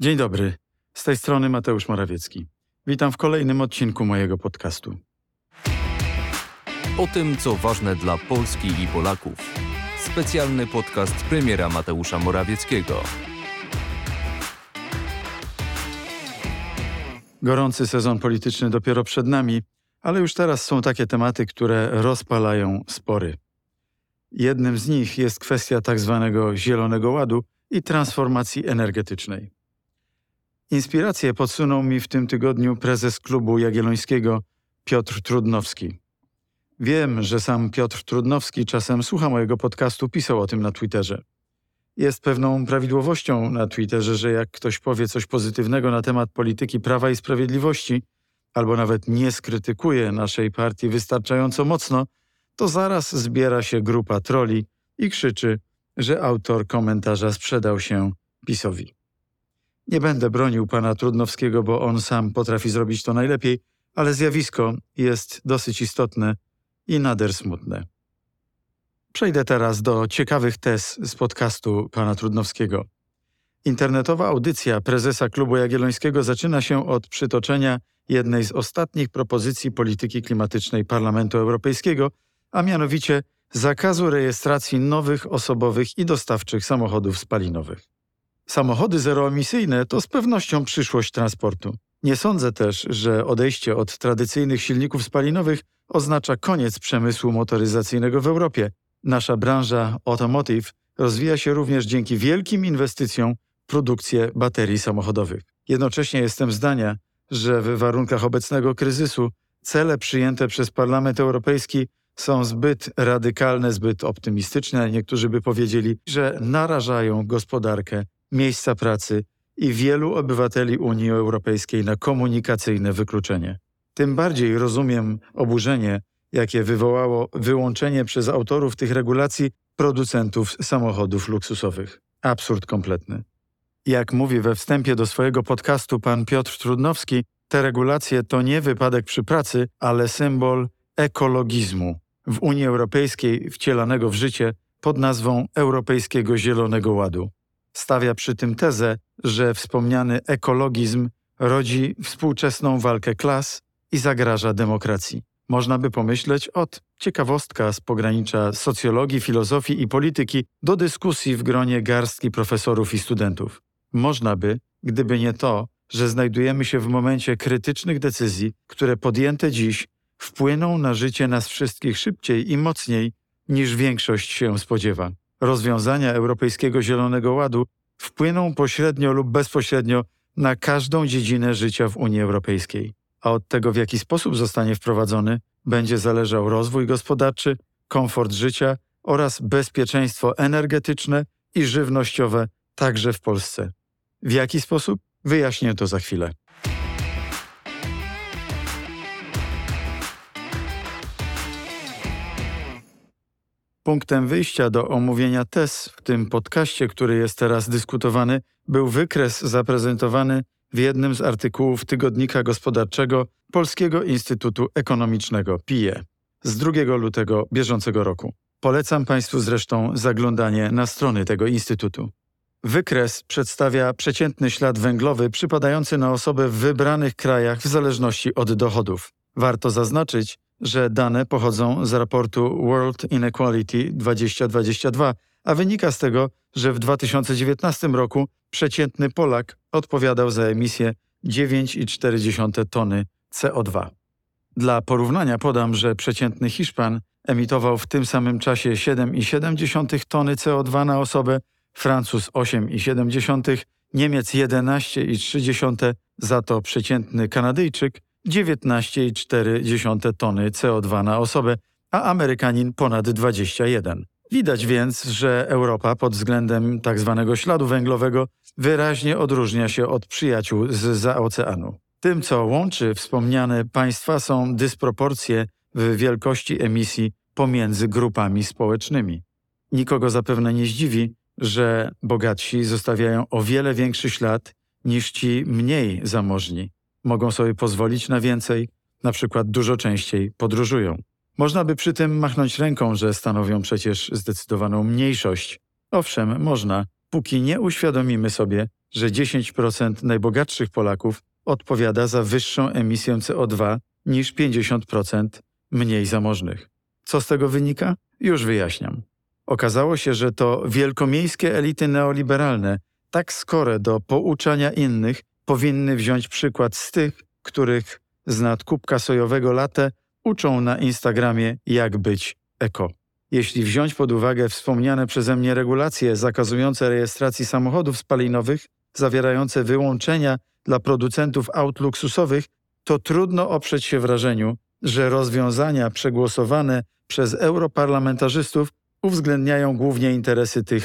Dzień dobry, z tej strony Mateusz Morawiecki. Witam w kolejnym odcinku mojego podcastu. O tym, co ważne dla Polski i Polaków. Specjalny podcast premiera Mateusza Morawieckiego. Gorący sezon polityczny dopiero przed nami, ale już teraz są takie tematy, które rozpalają spory. Jednym z nich jest kwestia tak zwanego Zielonego Ładu i transformacji energetycznej. Inspirację podsunął mi w tym tygodniu prezes Klubu Jagiellońskiego Piotr Trudnowski. Wiem, że sam Piotr Trudnowski czasem słucha mojego podcastu, pisał o tym na Twitterze. Jest pewną prawidłowością na Twitterze, że jak ktoś powie coś pozytywnego na temat polityki Prawa i Sprawiedliwości, albo nawet nie skrytykuje naszej partii wystarczająco mocno, to zaraz zbiera się grupa trolli i krzyczy, że autor komentarza sprzedał się PiS-owi. Nie będę bronił pana Trudnowskiego, bo on sam potrafi zrobić to najlepiej, ale zjawisko jest dosyć istotne i nader smutne. Przejdę teraz do ciekawych tez z podcastu pana Trudnowskiego. Internetowa audycja prezesa Klubu Jagiellońskiego zaczyna się od przytoczenia jednej z ostatnich propozycji polityki klimatycznej Parlamentu Europejskiego, a mianowicie zakazu rejestracji nowych osobowych i dostawczych samochodów spalinowych. Samochody zeroemisyjne to z pewnością przyszłość transportu. Nie sądzę też, że odejście od tradycyjnych silników spalinowych oznacza koniec przemysłu motoryzacyjnego w Europie. Nasza branża automotive rozwija się również dzięki wielkim inwestycjom w produkcję baterii samochodowych. Jednocześnie jestem zdania, że w warunkach obecnego kryzysu cele przyjęte przez Parlament Europejski są zbyt radykalne, zbyt optymistyczne. Niektórzy by powiedzieli, że narażają gospodarkę, miejsca pracy i wielu obywateli Unii Europejskiej na komunikacyjne wykluczenie. Tym bardziej rozumiem oburzenie, jakie wywołało wyłączenie przez autorów tych regulacji producentów samochodów luksusowych. Absurd kompletny. Jak mówi we wstępie do swojego podcastu pan Piotr Trudnowski, te regulacje to nie wypadek przy pracy, ale symbol ekologizmu w Unii Europejskiej wcielanego w życie pod nazwą Europejskiego Zielonego Ładu. Stawia przy tym tezę, że wspomniany ekologizm rodzi współczesną walkę klas i zagraża demokracji. Można by pomyśleć, ciekawostka z pogranicza socjologii, filozofii i polityki do dyskusji w gronie garstki profesorów i studentów. Można by, gdyby nie to, że znajdujemy się w momencie krytycznych decyzji, które podjęte dziś wpłyną na życie nas wszystkich szybciej i mocniej, niż większość się spodziewa. Rozwiązania Europejskiego Zielonego Ładu wpłyną pośrednio lub bezpośrednio na każdą dziedzinę życia w Unii Europejskiej. A od tego, w jaki sposób zostanie wprowadzony, będzie zależał rozwój gospodarczy, komfort życia oraz bezpieczeństwo energetyczne i żywnościowe także w Polsce. W jaki sposób? Wyjaśnię to za chwilę. Punktem wyjścia do omówienia tez w tym podcaście, który jest teraz dyskutowany, był wykres zaprezentowany w jednym z artykułów Tygodnika Gospodarczego Polskiego Instytutu Ekonomicznego PIE z 2 lutego bieżącego roku. Polecam Państwu zresztą zaglądanie na strony tego instytutu. Wykres przedstawia przeciętny ślad węglowy przypadający na osobę w wybranych krajach w zależności od dochodów. Warto zaznaczyć, że dane pochodzą z raportu World Inequality 2022, a wynika z tego, że w 2019 roku przeciętny Polak odpowiadał za emisję 9,4 tony CO2. Dla porównania podam, że przeciętny Hiszpan emitował w tym samym czasie 7,7 tony CO2 na osobę, Francuz 8,7, Niemiec 11,3, za to przeciętny Kanadyjczyk 19,4 tony CO2 na osobę, a Amerykanin ponad 21. Widać więc, że Europa pod względem tzw. śladu węglowego wyraźnie odróżnia się od przyjaciół zza oceanu. Tym, co łączy wspomniane państwa, są dysproporcje w wielkości emisji pomiędzy grupami społecznymi. Nikogo zapewne nie zdziwi, że bogatsi zostawiają o wiele większy ślad niż ci mniej zamożni. Mogą sobie pozwolić na więcej, na przykład dużo częściej podróżują. Można by przy tym machnąć ręką, że stanowią przecież zdecydowaną mniejszość. Owszem, można, póki nie uświadomimy sobie, że 10% najbogatszych Polaków odpowiada za wyższą emisję CO2 niż 50% mniej zamożnych. Co z tego wynika? Już wyjaśniam. Okazało się, że to wielkomiejskie elity neoliberalne, tak skore do pouczania innych, powinny wziąć przykład z tych, których z nadkupka sojowego latte uczą na Instagramie, jak być eko. Jeśli wziąć pod uwagę wspomniane przeze mnie regulacje zakazujące rejestracji samochodów spalinowych, zawierające wyłączenia dla producentów aut luksusowych, to trudno oprzeć się wrażeniu, że rozwiązania przegłosowane przez europarlamentarzystów uwzględniają głównie interesy tych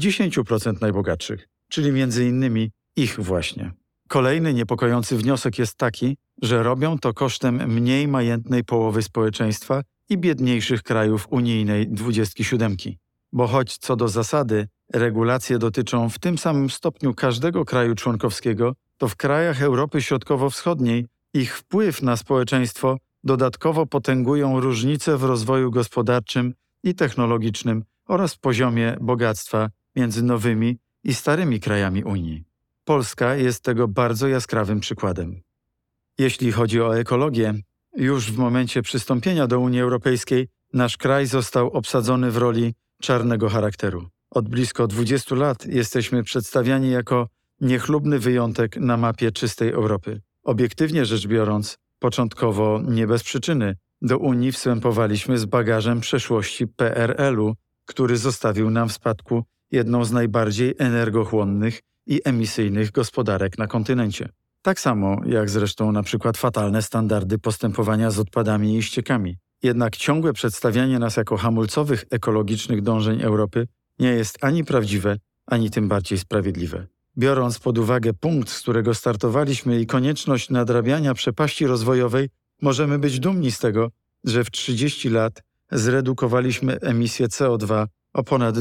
10% najbogatszych, czyli między innymi ich właśnie. Kolejny niepokojący wniosek jest taki, że robią to kosztem mniej majętnej połowy społeczeństwa i biedniejszych krajów unijnej 27. Bo choć co do zasady regulacje dotyczą w tym samym stopniu każdego kraju członkowskiego, to w krajach Europy Środkowo-Wschodniej ich wpływ na społeczeństwo dodatkowo potęgują różnice w rozwoju gospodarczym i technologicznym oraz poziomie bogactwa między nowymi i starymi krajami Unii. Polska jest tego bardzo jaskrawym przykładem. Jeśli chodzi o ekologię, już w momencie przystąpienia do Unii Europejskiej nasz kraj został obsadzony w roli czarnego charakteru. Od blisko 20 lat jesteśmy przedstawiani jako niechlubny wyjątek na mapie czystej Europy. Obiektywnie rzecz biorąc, początkowo nie bez przyczyny, do Unii wstępowaliśmy z bagażem przeszłości PRL-u, który zostawił nam w spadku jedną z najbardziej energochłonnych i emisyjnych gospodarek na kontynencie. Tak samo jak zresztą na przykład fatalne standardy postępowania z odpadami i ściekami. Jednak ciągłe przedstawianie nas jako hamulcowych ekologicznych dążeń Europy nie jest ani prawdziwe, ani tym bardziej sprawiedliwe. Biorąc pod uwagę punkt, z którego startowaliśmy i konieczność nadrabiania przepaści rozwojowej, możemy być dumni z tego, że w 30 lat zredukowaliśmy emisję CO2 o ponad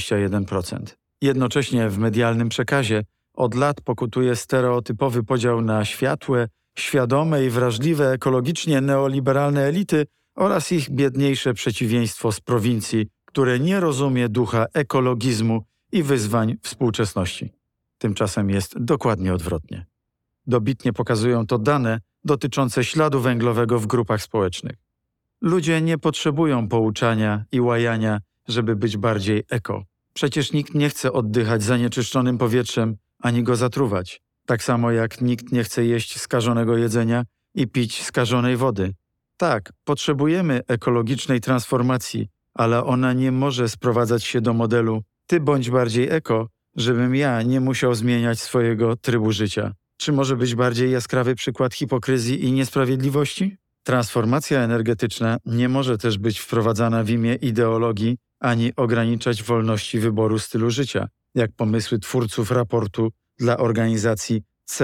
21%. Jednocześnie w medialnym przekazie od lat pokutuje stereotypowy podział na światłe, świadome i wrażliwe ekologicznie neoliberalne elity oraz ich biedniejsze przeciwieństwo z prowincji, które nie rozumie ducha ekologizmu i wyzwań współczesności. Tymczasem jest dokładnie odwrotnie. Dobitnie pokazują to dane dotyczące śladu węglowego w grupach społecznych. Ludzie nie potrzebują pouczania i łajania, żeby być bardziej eko. Przecież nikt nie chce oddychać zanieczyszczonym powietrzem, ani go zatruwać. Tak samo jak nikt nie chce jeść skażonego jedzenia i pić skażonej wody. Tak, potrzebujemy ekologicznej transformacji, ale ona nie może sprowadzać się do modelu ty bądź bardziej eko, żebym ja nie musiał zmieniać swojego trybu życia. Czy może być bardziej jaskrawy przykład hipokryzji i niesprawiedliwości? Transformacja energetyczna nie może też być wprowadzana w imię ideologii ani ograniczać wolności wyboru stylu życia, jak pomysły twórców raportu dla organizacji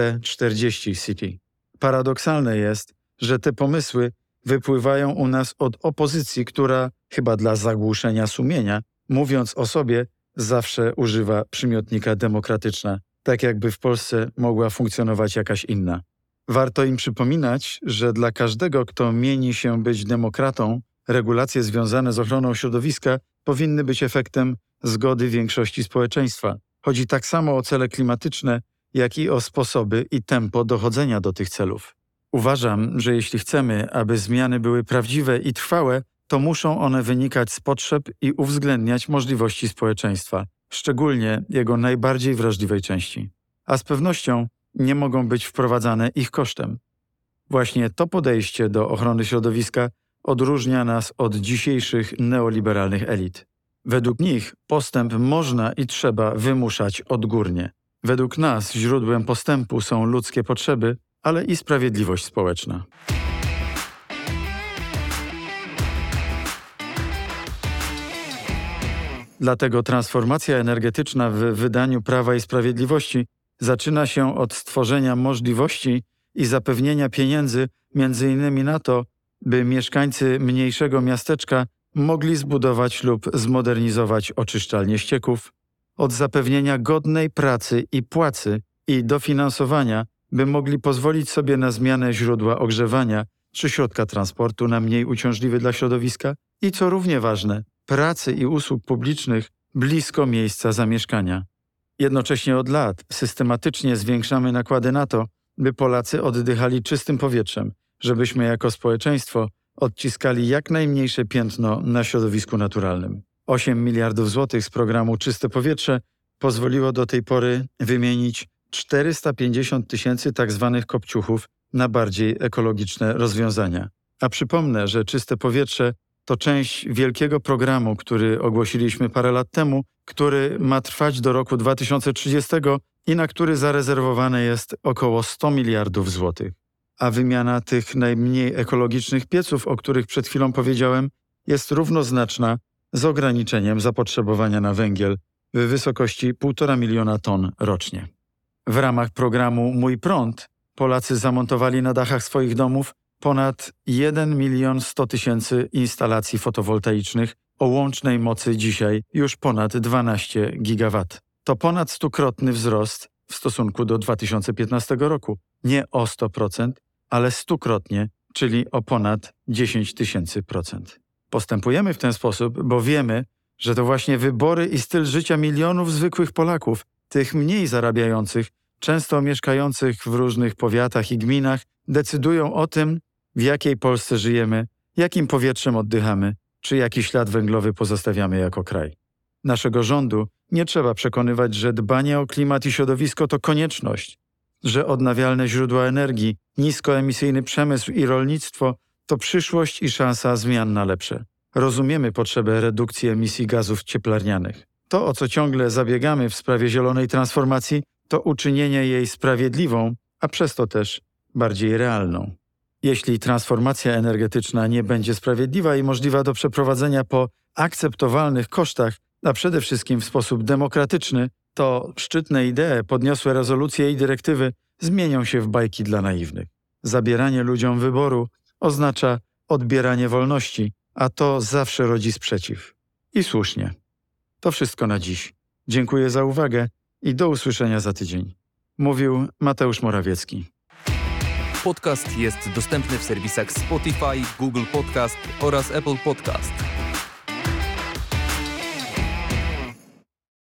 C40 City. Paradoksalne jest, że te pomysły wypływają u nas od opozycji, która, chyba dla zagłuszenia sumienia, mówiąc o sobie, zawsze używa przymiotnika demokratyczna, tak jakby w Polsce mogła funkcjonować jakaś inna. Warto im przypominać, że dla każdego, kto mieni się być demokratą, regulacje związane z ochroną środowiska powinny być efektem zgody większości społeczeństwa. Chodzi tak samo o cele klimatyczne, jak i o sposoby i tempo dochodzenia do tych celów. Uważam, że jeśli chcemy, aby zmiany były prawdziwe i trwałe, to muszą one wynikać z potrzeb i uwzględniać możliwości społeczeństwa, szczególnie jego najbardziej wrażliwej części. A z pewnością nie mogą być wprowadzane ich kosztem. Właśnie to podejście do ochrony środowiska odróżnia nas od dzisiejszych neoliberalnych elit. Według nich postęp można i trzeba wymuszać odgórnie. Według nas źródłem postępu są ludzkie potrzeby, ale i sprawiedliwość społeczna. Dlatego transformacja energetyczna w wydaniu Prawa i Sprawiedliwości zaczyna się od stworzenia możliwości i zapewnienia pieniędzy m.in. na to, by mieszkańcy mniejszego miasteczka mogli zbudować lub zmodernizować oczyszczalnie ścieków, od zapewnienia godnej pracy i płacy i dofinansowania, by mogli pozwolić sobie na zmianę źródła ogrzewania czy środka transportu na mniej uciążliwy dla środowiska i, co równie ważne, pracy i usług publicznych blisko miejsca zamieszkania. Jednocześnie od lat systematycznie zwiększamy nakłady na to, by Polacy oddychali czystym powietrzem, żebyśmy jako społeczeństwo odciskali jak najmniejsze piętno na środowisku naturalnym. 8 miliardów złotych z programu Czyste Powietrze pozwoliło do tej pory wymienić 450 tysięcy tzw. kopciuchów na bardziej ekologiczne rozwiązania. A przypomnę, że Czyste Powietrze to część wielkiego programu, który ogłosiliśmy parę lat temu, który ma trwać do roku 2030 i na który zarezerwowane jest około 100 miliardów złotych. A wymiana tych najmniej ekologicznych pieców, o których przed chwilą powiedziałem, jest równoznaczna z ograniczeniem zapotrzebowania na węgiel w wysokości 1,5 miliona ton rocznie. W ramach programu Mój Prąd Polacy zamontowali na dachach swoich domów ponad 1 100 000 instalacji fotowoltaicznych o łącznej mocy dzisiaj już ponad 12 gigawat. To ponad 100-krotny wzrost w stosunku do 2015 roku. Nie o 100%, ale 100-krotnie, czyli o ponad 10 000%. Postępujemy w ten sposób, bo wiemy, że to właśnie wybory i styl życia milionów zwykłych Polaków, tych mniej zarabiających, często mieszkających w różnych powiatach i gminach, decydują o tym, w jakiej Polsce żyjemy, jakim powietrzem oddychamy, czy jaki ślad węglowy pozostawiamy jako kraj. Naszego rządu nie trzeba przekonywać, że dbanie o klimat i środowisko to konieczność, że odnawialne źródła energii, niskoemisyjny przemysł i rolnictwo to przyszłość i szansa zmian na lepsze. Rozumiemy potrzebę redukcji emisji gazów cieplarnianych. To, o co ciągle zabiegamy w sprawie zielonej transformacji, to uczynienie jej sprawiedliwą, a przez to też bardziej realną. Jeśli transformacja energetyczna nie będzie sprawiedliwa i możliwa do przeprowadzenia po akceptowalnych kosztach, a przede wszystkim w sposób demokratyczny, to szczytne idee, podniosłe rezolucje i dyrektywy zmienią się w bajki dla naiwnych. Zabieranie ludziom wyboru oznacza odbieranie wolności, a to zawsze rodzi sprzeciw. I słusznie. To wszystko na dziś. Dziękuję za uwagę i do usłyszenia za tydzień. Mówił Mateusz Morawiecki. Podcast jest dostępny w serwisach Spotify, Google Podcast oraz Apple Podcast.